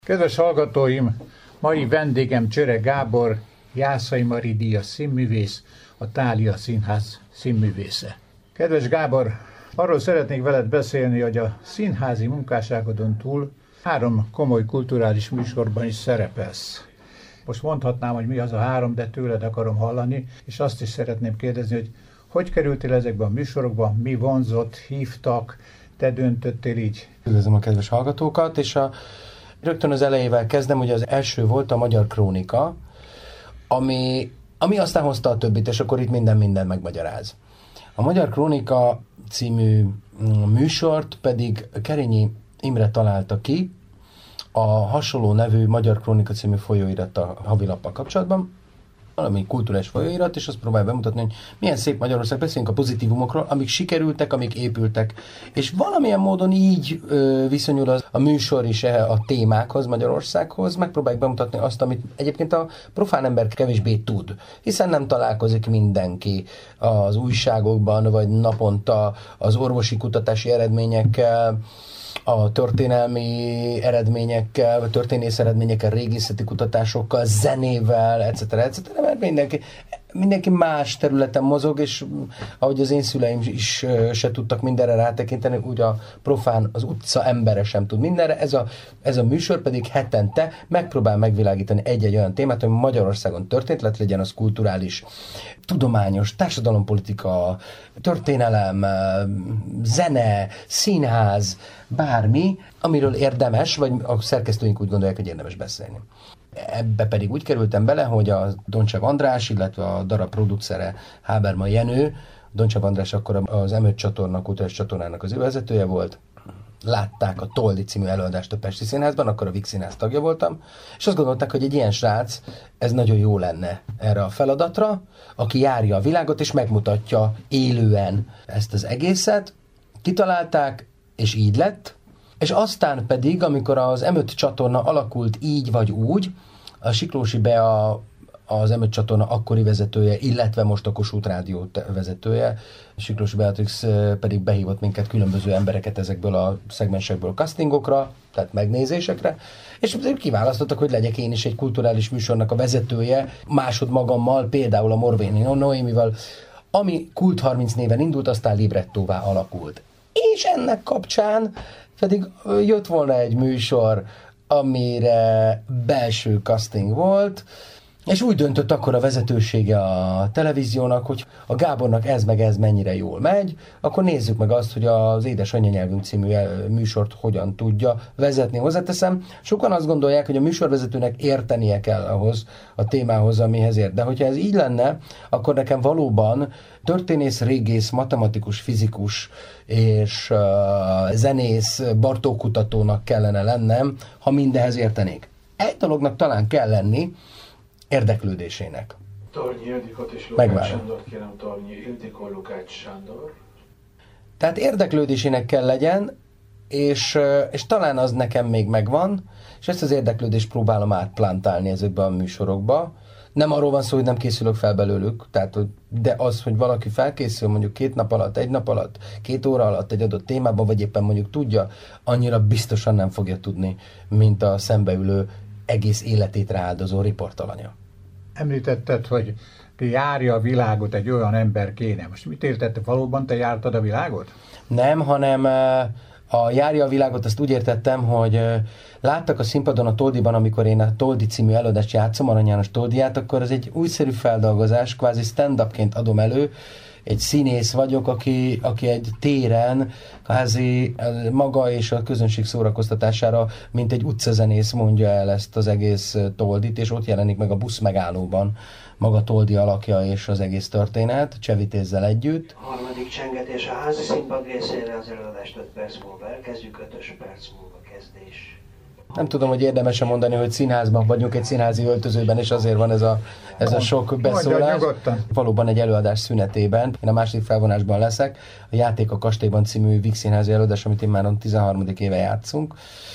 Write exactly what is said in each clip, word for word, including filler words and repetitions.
Kedves hallgatóim, mai vendégem Csere Gábor, Jászai Mari díjas színművész, a Thália Színház színművésze. Kedves Gábor, arról szeretnék veled beszélni, hogy a színházi munkásságodon túl három komoly kulturális műsorban is szerepelsz. Most mondhatnám, hogy mi az a három, de tőled akarom hallani, és azt is szeretném kérdezni, hogy hogy kerültél ezekben a műsorokban, mi vonzott, hívtak, te döntöttél így? Üdvözlöm a kedves hallgatókat, és a rögtön az elejével kezdem, hogy az első volt a Magyar Krónika, ami, ami aztán hozta a többit, és akkor itt minden minden megmagyaráz. A Magyar Krónika című műsort pedig Kerényi Imre találta ki a hasonló nevű Magyar Krónika című folyóirat a havilappal kapcsolatban, valami kulturális folyóirat, és azt próbálja bemutatni, hogy milyen szép Magyarország, beszélünk a pozitívumokról, amik sikerültek, amik épültek, és valamilyen módon így ö, viszonyul az, a műsor is a témákhoz, Magyarországhoz, megpróbáljuk bemutatni azt, amit egyébként a profán ember kevésbé tud, hiszen nem találkozik mindenki az újságokban, vagy naponta az orvosi kutatási eredményekkel, a történelmi eredményekkel, a történész eredményekkel, régészeti kutatásokkal, zenével, et cetera, et cetera, mert mindenki, mindenki más területen mozog, és ahogy az én szüleim is se tudtak mindenre rátekinteni, úgy a profán, az utca embere sem tud mindenre. Ez a, ez a műsor pedig hetente megpróbál megvilágítani egy-egy olyan témát, ami Magyarországon történt, lett legyen az kulturális, tudományos, társadalompolitika, történelem, zene, színház, bármi, amiről érdemes, vagy a szerkesztőink úgy gondolják, hogy érdemes beszélni. Ebbe pedig úgy kerültem bele, hogy a Doncsev András, illetve a darab producere Háberman Jenő, Doncsev András akkor az em öt csatorna, kulturális csatornának az vezetője volt, látták a Toldi című előadást a Pesti Színházban, akkor a Víg Színház tagja voltam, és azt gondolták, hogy egy ilyen srác, ez nagyon jó lenne erre a feladatra, aki járja a világot, és megmutatja élően ezt az egészet. Kitalálták, és így lett, és aztán pedig, amikor az em öt csatorna alakult így vagy úgy, a Siklósi Bea, az em öt csatorna akkori vezetője, illetve most a Kossuth Rádió vezetője, Siklósi Beatrix pedig behívott minket, különböző embereket ezekből a szegmensekből castingokra, tehát megnézésekre, és kiválasztottak, hogy legyek én is egy kulturális műsornak a vezetője, másod magammal, például a Morvéni Noémivel, ami Kult harminc néven indult, aztán librettóvá alakult. És ennek kapcsán pedig jött volna egy műsor, amire belső casting volt, és úgy döntött akkor a vezetősége a televíziónak, hogy a Gábornak ez meg ez mennyire jól megy, akkor nézzük meg azt, hogy az Édes anyanyelvünk című műsort hogyan tudja vezetni. Hozzáteszem, sokan azt gondolják, hogy a műsorvezetőnek értenie kell ahhoz a témához, amihez ért. De hogyha ez így lenne, akkor nekem valóban történész, régész, matematikus, fizikus és uh, zenész, Bartók-kutatónak kellene lennem, ha mindenhez értenék. Egy dolognak talán kell lenni, érdeklődésének. Tornyi Ildikót és Lukács Sándort kérem, Tornyi Ildikó, Lukács Sándor. Tehát érdeklődésének kell legyen, és, és talán az nekem még megvan, és ezt az érdeklődést próbálom átplantálni ezekbe a műsorokba. Nem arról van szó, hogy nem készülök fel belőlük, tehát, de az, hogy valaki felkészül mondjuk két nap alatt, egy nap alatt, két óra alatt egy adott témában, vagy éppen mondjuk tudja, annyira biztosan nem fogja tudni, mint a szembeülő egész életét rááldozó riportalanya. Említetted, hogy járja a világot egy olyan ember kéne. Most mit értetted, valóban te jártad a világot? Nem, hanem a járja a világot azt úgy értettem, hogy láttak a színpadon a Toldiban, amikor én a Toldi című előadást játszom, Arany János Toldiát, akkor ez egy újszerű feldolgozás, kvázi stand-upként adom elő. Egy színész vagyok, aki, aki egy téren kvázi maga és a közönség szórakoztatására, mint egy utcazenész mondja el ezt az egész Toldit, és ott jelenik meg a busz megállóban maga Toldi alakja és az egész történet, Csevitézzel együtt. A harmadik csengetés a házi színpad részére, az előadást öt perc múlva elkezdjük, ötös perc múlva kezdés. Nem tudom, hogy érdemes-e mondani, hogy színházban vagyunk, egy színházi öltözőben, és azért van ez a, ez a sok beszólás. Valóban egy előadás szünetében. Én a második felvonásban leszek. A Játék a kastélyban című Víg Színházi előadás, amit én már tizenharmadik éve játszunk.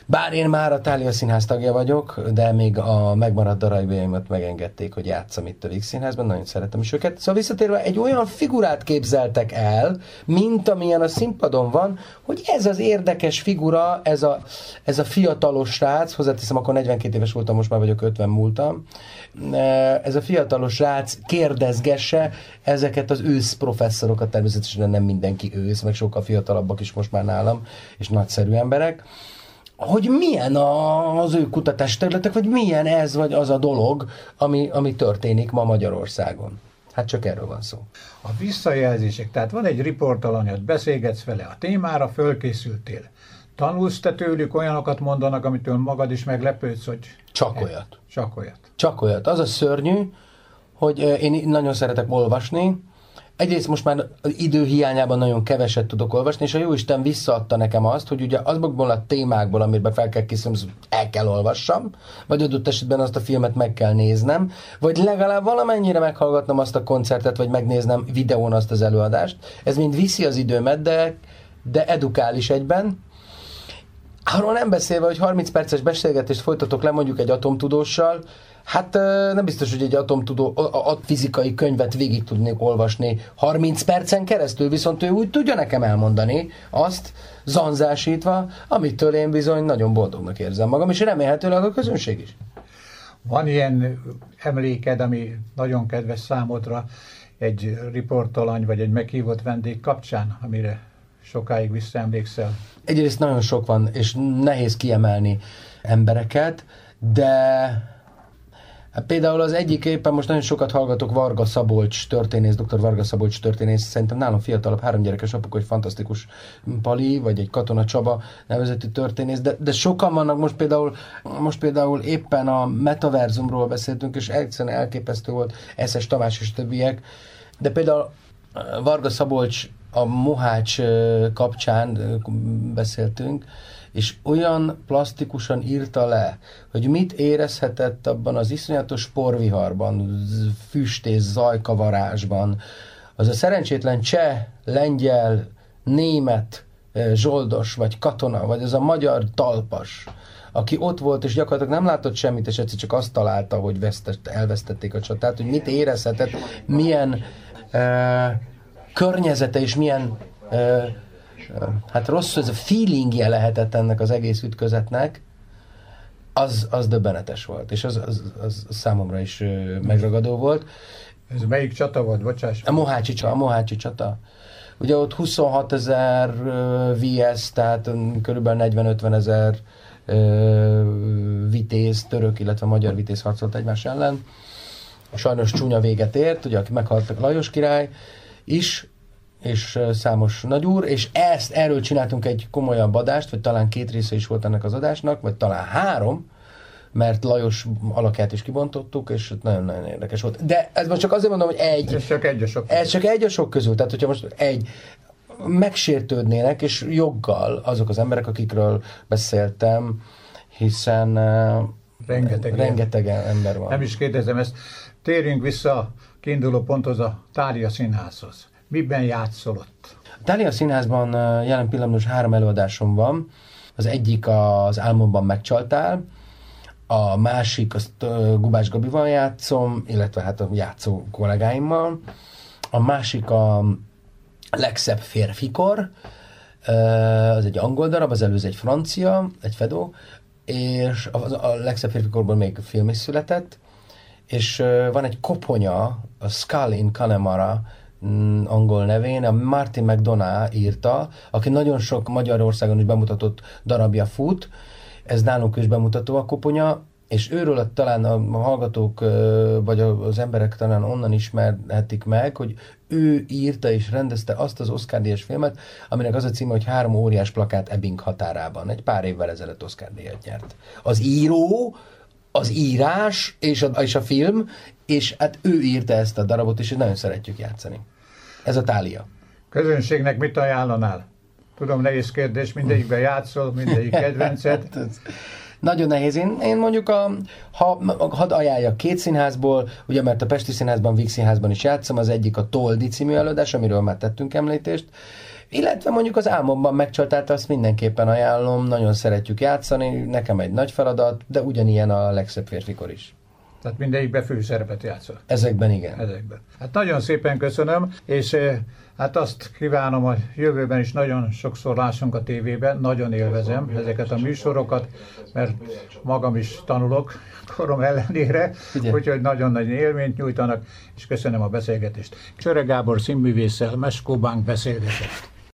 Bár én már a Thália Színház tagja vagyok, de még a megmaradt darabjaimat megengedték, hogy játsszam itt a Víg Színházban, nagyon szeretem is őket. Szóval visszatérve, egy olyan figurát képzeltek el, mint amilyen a színpadon van, hogy ez az érdekes figura, ez a, ez a fiatalos srác, hozzáteszem, akkor negyvenkét éves voltam, most már vagyok ötven múltam, ez a fiatalos srác kérdezgesse ezeket az ősz professzorokat, természetesen nem mindenki ősz, meg sokkal fiatalabbak is most már nálam, és nagyszerű emberek, hogy milyen az ő kutatás területek, vagy milyen ez, vagy az a dolog, ami, ami történik ma Magyarországon. Hát csak erről van szó. A visszajelzések, tehát van egy riportalanyod, beszélgetsz vele a témára, fölkészültél. Tanulsz te tőlük, olyanokat mondanak, amitől magad is meglepődsz, hogy... Csak olyat. Csak olyat. Csak olyat. Az a szörnyű, hogy én nagyon szeretek olvasni. Egyrészt most már idő hiányában nagyon keveset tudok olvasni, és a Jóisten visszaadta nekem azt, hogy ugye azokból a témákból, amiben fel kell készülni, el kell olvassam, vagy adott esetben azt a filmet meg kell néznem, vagy legalább valamennyire meghallgatnom azt a koncertet, vagy megnéznem videón azt az előadást. Ez mind viszi az időmet, de, de edukál is egyben. Arról nem beszélve, hogy harminc perces beszélgetést folytatok le mondjuk egy atomtudóssal, hát nem biztos, hogy egy atomtudó, a, a fizikai könyvet végig tudnék olvasni harminc percen keresztül, viszont ő úgy tudja nekem elmondani azt, zanzásítva, amitől én bizony nagyon boldognak érzem magam, és remélhetőleg a közönség is. Van ilyen emléked, ami nagyon kedves számodra egy riportalany, vagy egy meghívott vendég kapcsán, amire sokáig visszaemlékszel? Egyrészt nagyon sok van, és nehéz kiemelni embereket, de hát például az egyik, éppen most nagyon sokat hallgatok, Varga Szabolcs történész, dr. Varga Szabolcs történész, szerintem nálam fiatalabb, három gyerekes apuka, egy fantasztikus Pali, vagy egy Katona Csaba nevezetű történész, de, de sokan vannak, most például, most például éppen a metaverzumról beszéltünk, és egyszerűen elképesztő volt Eszes Tamás és többiek, de például Varga Szabolcs a Mohács kapcsán beszéltünk, és olyan plastikusan írta le, hogy mit érezhetett abban az iszonyatos porviharban, füst és zajkavarásban, az a szerencsétlen cseh, lengyel, német zsoldos, vagy katona, vagy az a magyar talpas, aki ott volt, és gyakorlatilag nem látott semmit, és egyszer csak azt találta, hogy vesztett, elvesztették a csatát, hogy mit érezhetett, milyen uh, környezete, és milyen uh, hát rossz, ez a feelingje lehetett ennek az egész ütközetnek, az, az döbbenetes volt, és az, az, az számomra is ö, megragadó volt. Ez melyik csata volt, bocsáss? A Mohácsi csata, a Mohácsi csata. Ugye ott huszonhat ezer vé es, tehát körülbelül negyven-ötven ezer vitéz, török, illetve magyar vitéz harcolt egymás ellen. Sajnos csúnya véget ért, ugye aki meghalt Lajos király is, és számos nagyúr, és ezt, erről csináltunk egy komolyabb adást, vagy talán két része is volt ennek az adásnak, vagy talán három, mert Lajos alakját is kibontottuk, és nagyon-nagyon érdekes volt. De ez most csak azért mondom, hogy egy... Ez csak egy a sok közül. Ez csak egy a sok közül. Tehát, hogyha most egy megsértődnének, és joggal azok az emberek, akikről beszéltem, hiszen rengeteg, rengeteg ember van. Nem is kérdezem ezt. Térjünk vissza a kiinduló ponthoz, a Thália Színházhoz. Miben játszol ott? A Thália Színházban jelen pillanatban három előadásom van. Az egyik az Álmomban megcsaltál, a másik azt Gubás Gabival játszom, illetve hát a játszó kollégáimmal. A másik a Legszebb férfikor, az egy angol darab, az előző egy francia, egy Fedó, és a Legszebb férfikorból még film is született, és van egy koponya, a Skull in Connemara angol nevén, a Martin McDonagh írta, aki nagyon sok Magyarországon is bemutatott darabja fut, ez nálunk is bemutató a koponya, és őről talán a hallgatók vagy az emberek talán onnan ismerhetik meg, hogy ő írta és rendezte azt az Oscar-díjas filmet, aminek az a címe, hogy Három óriás plakát Ebbing határában. Egy pár évvel ezelőtt Oscar-díjat nyert. Az író, az írás és a, és a film, és hát ő írta ezt a darabot, és nagyon szeretjük játszani. Ez a Thália. Közönségnek mit ajánlanál? Tudom, nehéz kérdés, mindegyikben játszol, mindegyik kedvenced. Nagyon nehéz. Én, én mondjuk, a, ha, hadd ajánljak két színházból, ugye mert a Pesti Színházban, Víg Színházban is játszom, az egyik a Toldi című előadás, amiről már tettünk említést, Illetve mondjuk az Álmomban megcsalt, azt mindenképpen ajánlom, nagyon szeretjük játszani, nekem egy nagy feladat, de ugyanilyen a Legszebb férfikor is. Tehát mindegyikben főszerepet játszol. Ezekben igen. Ezekben. Hát nagyon szépen köszönöm, és hát azt kívánom, a jövőben is nagyon sokszor lássunk a tévében, nagyon élvezem ezeket a műsorokat, mert magam is tanulok korom ellenére, úgyhogy nagyon nagy élményt nyújtanak, és köszönöm a beszélgetést. Csöre Gábor színművésszel Meskó Bank beszélgetett.